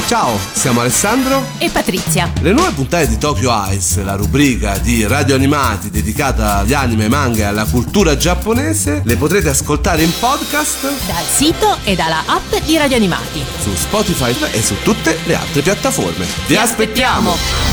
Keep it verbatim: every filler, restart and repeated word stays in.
Ciao, siamo Alessandro e Patrizia. Le nuove puntate di Tokyo Eyes, la rubrica di radio animati dedicata agli anime, manga e alla cultura giapponese, le potrete ascoltare in podcast dal sito e dalla app di Radio Animati, su Spotify e su tutte le altre piattaforme. Vi aspettiamo!